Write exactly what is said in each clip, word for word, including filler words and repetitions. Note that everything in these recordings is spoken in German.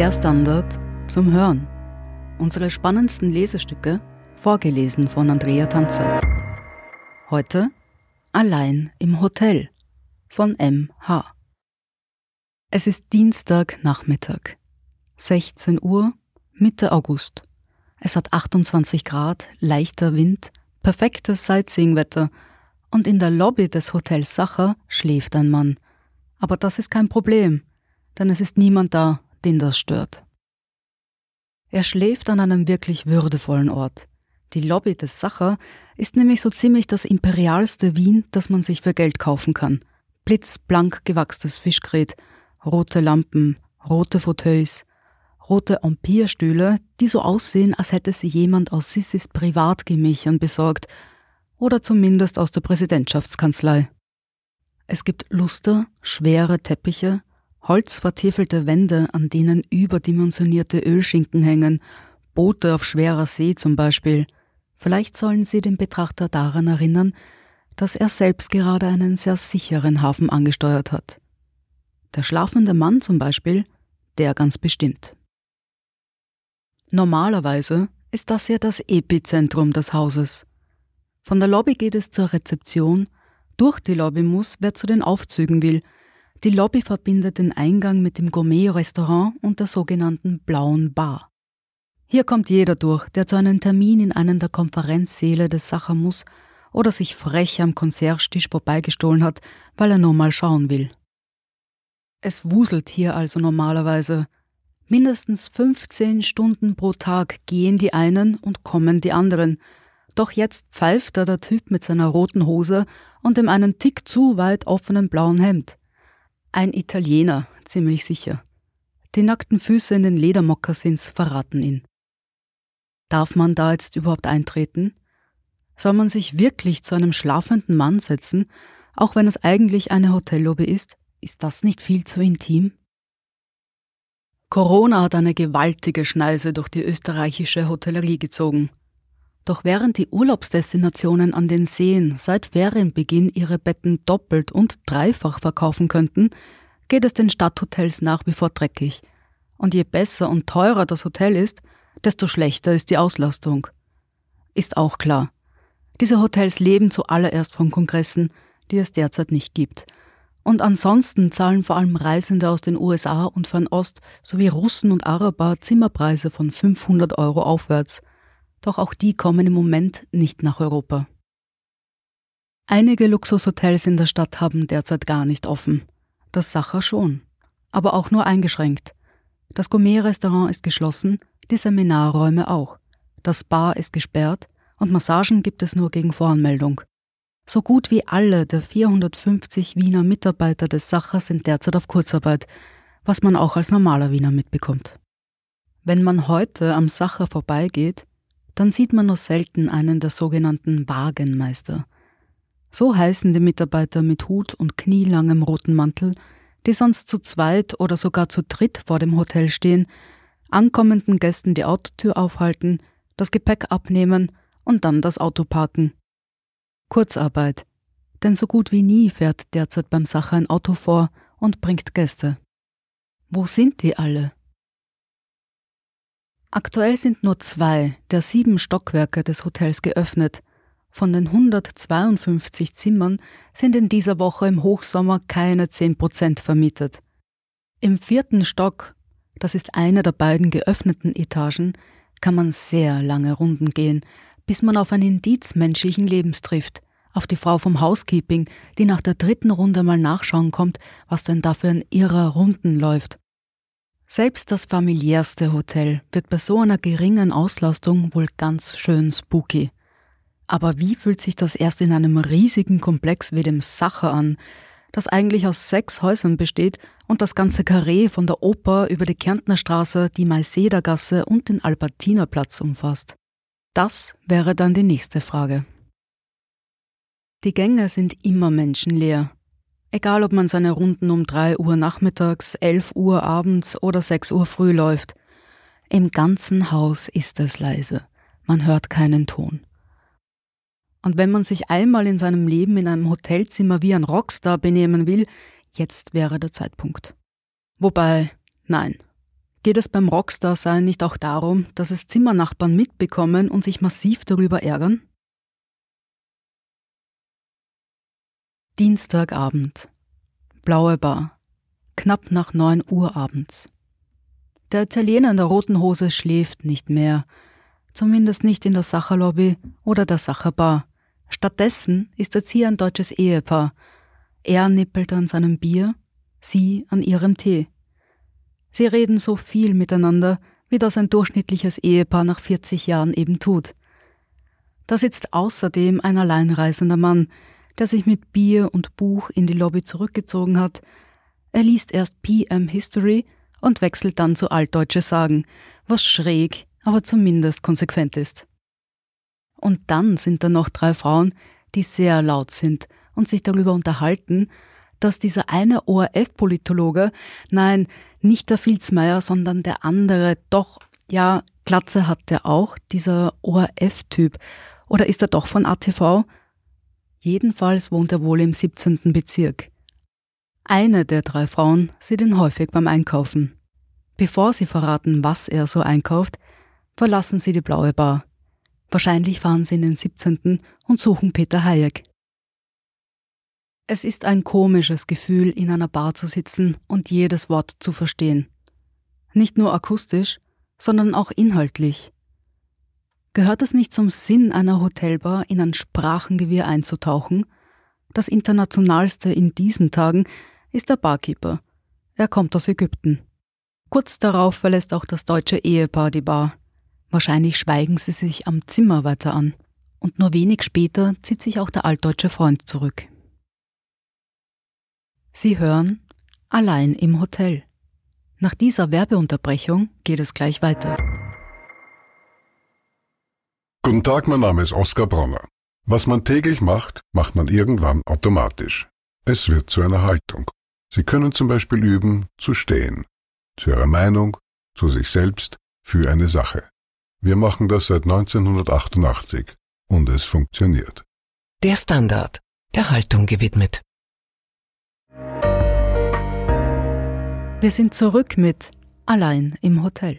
Der Standard zum Hören. Unsere spannendsten Lesestücke, vorgelesen von Andrea Tanzer. Heute Allein im Hotel von M H. Es ist Dienstagnachmittag, sechzehn Uhr, Mitte August. Es hat achtundzwanzig Grad, leichter Wind, perfektes Sightseeing-Wetter und in der Lobby des Hotels Sacher schläft ein Mann. Aber das ist kein Problem, denn es ist niemand da, den das stört. Er schläft an einem wirklich würdevollen Ort. Die Lobby des Sacher ist nämlich so ziemlich das imperialste Wien, das man sich für Geld kaufen kann. Blitzblank gewachstes Fischgrät, rote Lampen, rote Fauteuils, rote Empirestühle, die so aussehen, als hätte sie jemand aus Sissis Privatgemächern besorgt oder zumindest aus der Präsidentschaftskanzlei. Es gibt Luster, schwere Teppiche, holzvertiefelte Wände, an denen überdimensionierte Ölschinken hängen, Boote auf schwerer See zum Beispiel. Vielleicht sollen sie den Betrachter daran erinnern, dass er selbst gerade einen sehr sicheren Hafen angesteuert hat. Der schlafende Mann zum Beispiel, der ganz bestimmt. Normalerweise ist das ja das Epizentrum des Hauses. Von der Lobby geht es zur Rezeption, durch die Lobby muss, wer zu den Aufzügen will. Die Lobby verbindet den Eingang mit dem Gourmet-Restaurant und der sogenannten Blauen Bar. Hier kommt jeder durch, der zu einem Termin in einen der Konferenzsäle des Sacher muss oder sich frech am Concierge-Tisch vorbeigestohlen hat, weil er nur mal schauen will. Es wuselt hier also normalerweise. Mindestens fünfzehn Stunden pro Tag gehen die einen und kommen die anderen. Doch jetzt pfeift da der Typ mit seiner roten Hose und dem einen Tick zu weit offenen blauen Hemd. Ein Italiener, ziemlich sicher. Die nackten Füße in den Ledermokassins verraten ihn. Darf man da jetzt überhaupt eintreten? Soll man sich wirklich zu einem schlafenden Mann setzen, auch wenn es eigentlich eine Hotellobby ist? Ist das nicht viel zu intim? Corona hat eine gewaltige Schneise durch die österreichische Hotellerie gezogen. Doch während die Urlaubsdestinationen an den Seen seit Ferienbeginn ihre Betten doppelt und dreifach verkaufen könnten, geht es den Stadthotels nach wie vor dreckig. Und je besser und teurer das Hotel ist, desto schlechter ist die Auslastung. Ist auch klar. Diese Hotels leben zuallererst von Kongressen, die es derzeit nicht gibt. Und ansonsten zahlen vor allem Reisende aus den U S A und Fernost sowie Russen und Araber Zimmerpreise von fünfhundert Euro aufwärts. Doch auch die kommen im Moment nicht nach Europa. Einige Luxushotels in der Stadt haben derzeit gar nicht offen. Das Sacher schon, aber auch nur eingeschränkt. Das Gourmet-Restaurant ist geschlossen, die Seminarräume auch. Das Spa ist gesperrt und Massagen gibt es nur gegen Voranmeldung. So gut wie alle der vierhundertfünfzig Wiener Mitarbeiter des Sacher sind derzeit auf Kurzarbeit, was man auch als normaler Wiener mitbekommt. Wenn man heute am Sacher vorbeigeht, dann sieht man nur selten einen der sogenannten Wagenmeister. So heißen die Mitarbeiter mit Hut und knielangem roten Mantel, die sonst zu zweit oder sogar zu dritt vor dem Hotel stehen, ankommenden Gästen die Autotür aufhalten, das Gepäck abnehmen und dann das Auto parken. Kurzarbeit, denn so gut wie nie fährt derzeit beim Sacher ein Auto vor und bringt Gäste. Wo sind die alle? Aktuell sind nur zwei der sieben Stockwerke des Hotels geöffnet. Von den hundertzweiundfünfzig Zimmern sind in dieser Woche im Hochsommer keine zehn Prozent vermietet. Im vierten Stock, das ist eine der beiden geöffneten Etagen, kann man sehr lange Runden gehen, bis man auf ein Indiz menschlichen Lebens trifft, auf die Frau vom Housekeeping, die nach der dritten Runde mal nachschauen kommt, was denn da für ein irrer Runden läuft. Selbst das familiärste Hotel wird bei so einer geringen Auslastung wohl ganz schön spooky. Aber wie fühlt sich das erst in einem riesigen Komplex wie dem Sacher an, das eigentlich aus sechs Häusern besteht und das ganze Karree von der Oper über die Kärntnerstraße, die Maisedergasse und den Albertinerplatz umfasst? Das wäre dann die nächste Frage. Die Gänge sind immer menschenleer. Egal, ob man seine Runden um drei Uhr nachmittags, elf Uhr abends oder sechs Uhr früh läuft. Im ganzen Haus ist es leise. Man hört keinen Ton. Und wenn man sich einmal in seinem Leben in einem Hotelzimmer wie ein Rockstar benehmen will, jetzt wäre der Zeitpunkt. Wobei, nein, Geht es beim Rockstar-Sein nicht auch darum, dass es Zimmernachbarn mitbekommen und sich massiv darüber ärgern? Dienstagabend. Blaue Bar. Knapp nach neun Uhr abends. Der Italiener in der roten Hose schläft nicht mehr. Zumindest nicht in der Sacherlobby oder der Sacherbar. Stattdessen ist jetzt hier ein deutsches Ehepaar. Er nippelt an seinem Bier, sie an ihrem Tee. Sie reden so viel miteinander, wie das ein durchschnittliches Ehepaar nach vierzig Jahren eben tut. Da sitzt außerdem ein alleinreisender Mann, der sich mit Bier und Buch in die Lobby zurückgezogen hat. Er liest erst P M History und wechselt dann zu altdeutsche Sagen, was schräg, aber zumindest konsequent ist. Und dann sind da noch drei Frauen, die sehr laut sind und sich darüber unterhalten, dass dieser eine O R F-Politologe, nein, nicht der Filzmeier, sondern der andere, doch, ja, Glatze hat der auch, dieser O R F-Typ. Oder ist er doch von A T V? Jedenfalls wohnt er wohl im siebzehnten Bezirk. Eine der drei Frauen sieht ihn häufig beim Einkaufen. Bevor sie verraten, was er so einkauft, verlassen sie die blaue Bar. Wahrscheinlich fahren sie in den siebzehnten und suchen Peter Hayek. Es ist ein komisches Gefühl, in einer Bar zu sitzen und jedes Wort zu verstehen. Nicht nur akustisch, sondern auch inhaltlich. Gehört es nicht zum Sinn einer Hotelbar, in ein Sprachengewirr einzutauchen? Das Internationalste in diesen Tagen ist der Barkeeper. Er kommt aus Ägypten. Kurz darauf verlässt auch das deutsche Ehepaar die Bar. Wahrscheinlich schweigen sie sich am Zimmer weiter an. Und nur wenig später zieht sich auch der altdeutsche Freund zurück. Sie hören Allein im Hotel. Nach dieser Werbeunterbrechung geht es gleich weiter. Guten Tag, mein Name ist Oskar Bronner. Was man täglich macht, macht man irgendwann automatisch. Es wird zu einer Haltung. Sie können zum Beispiel üben, zu stehen. Zu Ihrer Meinung, zu sich selbst, für eine Sache. Wir machen das seit neunzehnhundertachtundachtzig und es funktioniert. Der Standard, der Haltung gewidmet. Wir sind zurück mit Allein im Hotel.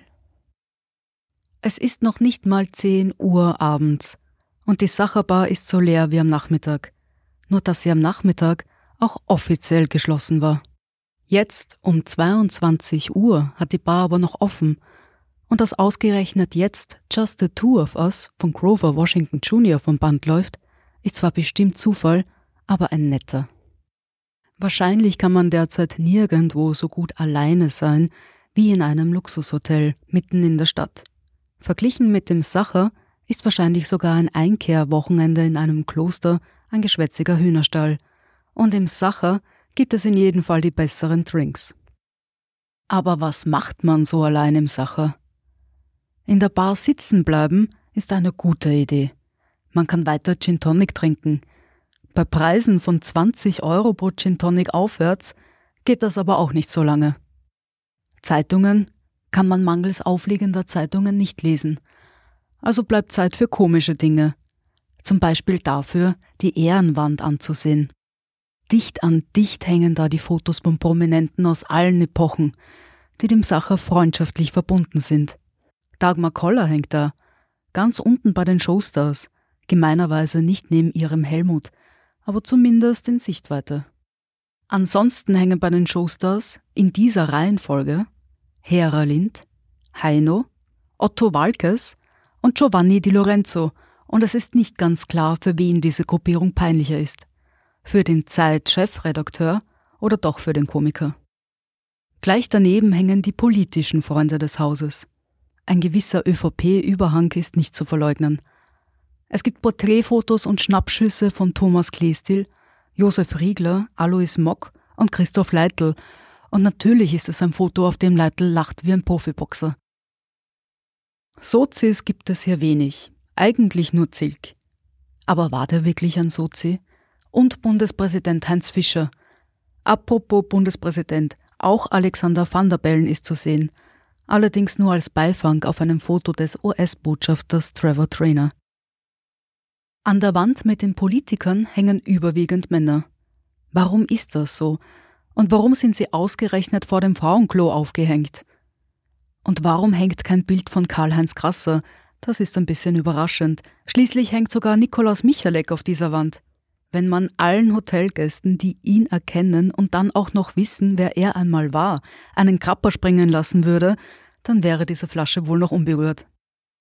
Es ist noch nicht mal zehn Uhr abends und die Sacherbar ist so leer wie am Nachmittag. Nur dass sie am Nachmittag auch offiziell geschlossen war. Jetzt um zweiundzwanzig Uhr hat die Bar aber noch offen. Und dass ausgerechnet jetzt Just the Two of Us von Grover Washington Junior vom Band läuft, ist zwar bestimmt Zufall, aber ein netter. Wahrscheinlich kann man derzeit nirgendwo so gut alleine sein wie in einem Luxushotel mitten in der Stadt. Verglichen mit dem Sacher ist wahrscheinlich sogar ein Einkehrwochenende in einem Kloster ein geschwätziger Hühnerstall. Und im Sacher gibt es in jedem Fall die besseren Drinks. Aber was macht man so allein im Sacher? In der Bar sitzen bleiben ist eine gute Idee. Man kann weiter Gin Tonic trinken. Bei Preisen von zwanzig Euro pro Gin Tonic aufwärts geht das aber auch nicht so lange. Zeitungen kann man mangels aufliegender Zeitungen nicht lesen. Also bleibt Zeit für komische Dinge. Zum Beispiel dafür, die Ehrenwand anzusehen. Dicht an dicht hängen da die Fotos von Prominenten aus allen Epochen, die dem Sacher freundschaftlich verbunden sind. Dagmar Koller hängt da, ganz unten bei den Showstars, gemeinerweise nicht neben ihrem Helmut, aber zumindest in Sichtweite. Ansonsten hängen bei den Showstars in dieser Reihenfolge Hera Lind, Heino, Otto Waalkes und Giovanni Di Lorenzo, und es ist nicht ganz klar, für wen diese Gruppierung peinlicher ist. Für den Zeit-Chefredakteur oder doch für den Komiker. Gleich daneben hängen die politischen Freunde des Hauses. Ein gewisser ÖVP-Überhang ist nicht zu verleugnen. Es gibt Porträtfotos und Schnappschüsse von Thomas Klestil, Josef Riegler, Alois Mock und Christoph Leitl. Und natürlich ist es ein Foto, auf dem Leitl lacht wie ein Profiboxer. Sozis gibt es hier wenig, eigentlich nur Zilk. Aber war der wirklich ein Sozi? Und Bundespräsident Heinz Fischer. Apropos Bundespräsident, auch Alexander Van der Bellen ist zu sehen, allerdings nur als Beifang auf einem Foto des U S-Botschafters Trevor Traynor. An der Wand mit den Politikern hängen überwiegend Männer. Warum ist das so? Und warum sind sie ausgerechnet vor dem Frauenklo aufgehängt? Und warum hängt kein Bild von Karl-Heinz Grasser? Das ist ein bisschen überraschend. Schließlich hängt sogar Nikolaus Michalek auf dieser Wand. Wenn man allen Hotelgästen, die ihn erkennen und dann auch noch wissen, wer er einmal war, einen Krapper springen lassen würde, dann wäre diese Flasche wohl noch unberührt.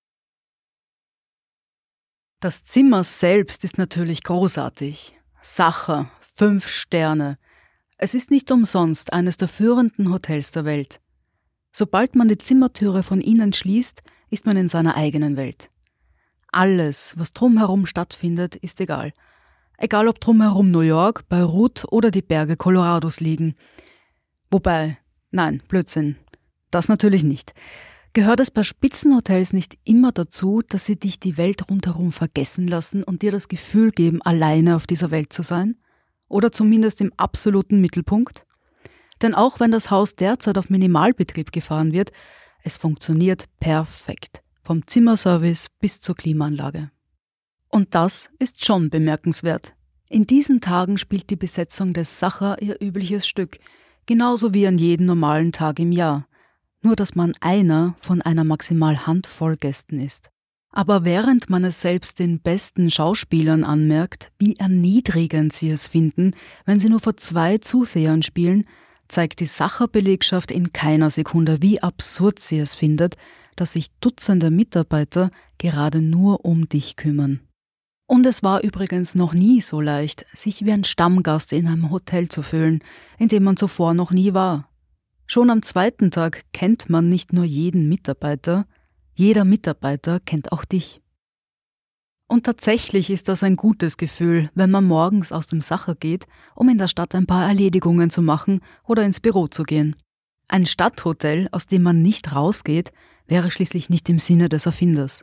Das Zimmer selbst ist natürlich großartig. Sacher, fünf Sterne. Es ist nicht umsonst eines der führenden Hotels der Welt. Sobald man die Zimmertüre von innen schließt, ist man in seiner eigenen Welt. Alles, was drumherum stattfindet, ist egal. Egal ob drumherum New York, Beirut oder die Berge Colorados liegen. Wobei, nein, Blödsinn, das natürlich nicht. Gehört es bei Spitzenhotels nicht immer dazu, dass sie dich die Welt rundherum vergessen lassen und dir das Gefühl geben, alleine auf dieser Welt zu sein? Oder zumindest im absoluten Mittelpunkt? Denn auch wenn das Haus derzeit auf Minimalbetrieb gefahren wird, es funktioniert perfekt. Vom Zimmerservice bis zur Klimaanlage. Und das ist schon bemerkenswert. In diesen Tagen spielt die Besetzung des Sacher ihr übliches Stück, genauso wie an jedem normalen Tag im Jahr. Nur dass man einer von einer maximal Handvoll Gästen ist. Aber während man es selbst den besten Schauspielern anmerkt, wie erniedrigend sie es finden, wenn sie nur vor zwei Zusehern spielen, zeigt die Sacher-Belegschaft in keiner Sekunde, wie absurd sie es findet, dass sich Dutzende Mitarbeiter gerade nur um dich kümmern. Und es war übrigens noch nie so leicht, sich wie ein Stammgast in einem Hotel zu fühlen, in dem man zuvor noch nie war. Schon am zweiten Tag kennt man nicht nur jeden Mitarbeiter, jeder Mitarbeiter kennt auch dich. Und tatsächlich ist das ein gutes Gefühl, wenn man morgens aus dem Sacher geht, um in der Stadt ein paar Erledigungen zu machen oder ins Büro zu gehen. Ein Stadthotel, aus dem man nicht rausgeht, wäre schließlich nicht im Sinne des Erfinders.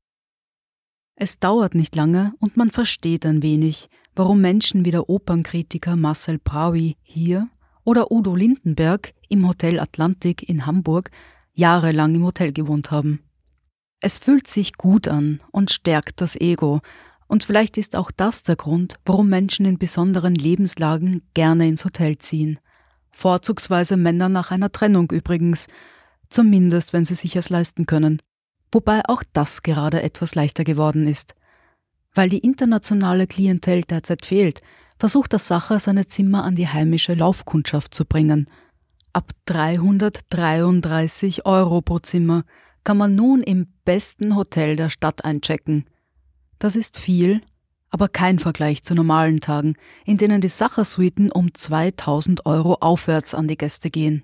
Es dauert nicht lange und man versteht ein wenig, warum Menschen wie der Opernkritiker Marcel Brauy hier oder Udo Lindenberg im Hotel Atlantik in Hamburg jahrelang im Hotel gewohnt haben. Es fühlt sich gut an und stärkt das Ego. Und vielleicht ist auch das der Grund, warum Menschen in besonderen Lebenslagen gerne ins Hotel ziehen. Vorzugsweise Männer nach einer Trennung übrigens, zumindest wenn sie sich es leisten können. Wobei auch das gerade etwas leichter geworden ist. Weil die internationale Klientel derzeit fehlt, versucht das Sacher seine Zimmer an die heimische Laufkundschaft zu bringen. Ab dreihundertdreiunddreißig Euro pro Zimmer kann man nun im besten Hotel der Stadt einchecken. Das ist viel, aber kein Vergleich zu normalen Tagen, in denen die Sacher-Suiten um zweitausend Euro aufwärts an die Gäste gehen.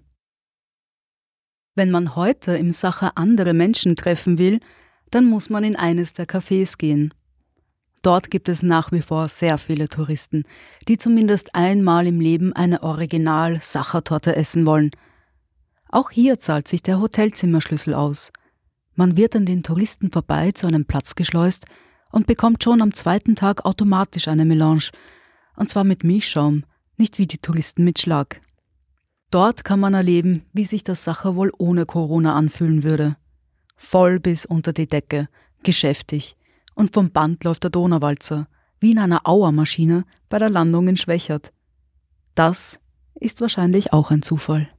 Wenn man heute im Sacher andere Menschen treffen will, dann muss man in eines der Cafés gehen. Dort gibt es nach wie vor sehr viele Touristen, die zumindest einmal im Leben eine Original-Sacher-Torte essen wollen. Auch hier zahlt sich der Hotelzimmerschlüssel aus. Man wird an den Touristen vorbei zu einem Platz geschleust und bekommt schon am zweiten Tag automatisch eine Melange, und zwar mit Milchschaum, nicht wie die Touristen mit Schlag. Dort kann man erleben, wie sich das Sacher wohl ohne Corona anfühlen würde. Voll bis unter die Decke, geschäftig, und vom Band läuft der Donauwalzer, wie in einer Auermaschine bei der Landung in Schwächert. Das ist wahrscheinlich auch ein Zufall.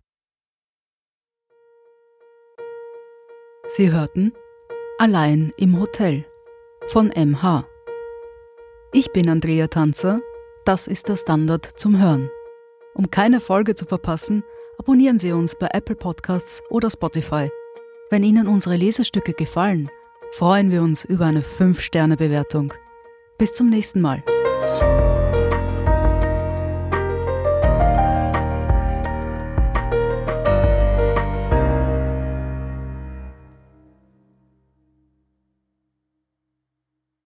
Sie hörten Allein im Hotel von M H. Ich bin Andrea Tanzer, das ist der Standard zum Hören. Um keine Folge zu verpassen, abonnieren Sie uns bei Apple Podcasts oder Spotify. Wenn Ihnen unsere Lesestücke gefallen, freuen wir uns über eine fünf Sterne Bewertung. Bis zum nächsten Mal.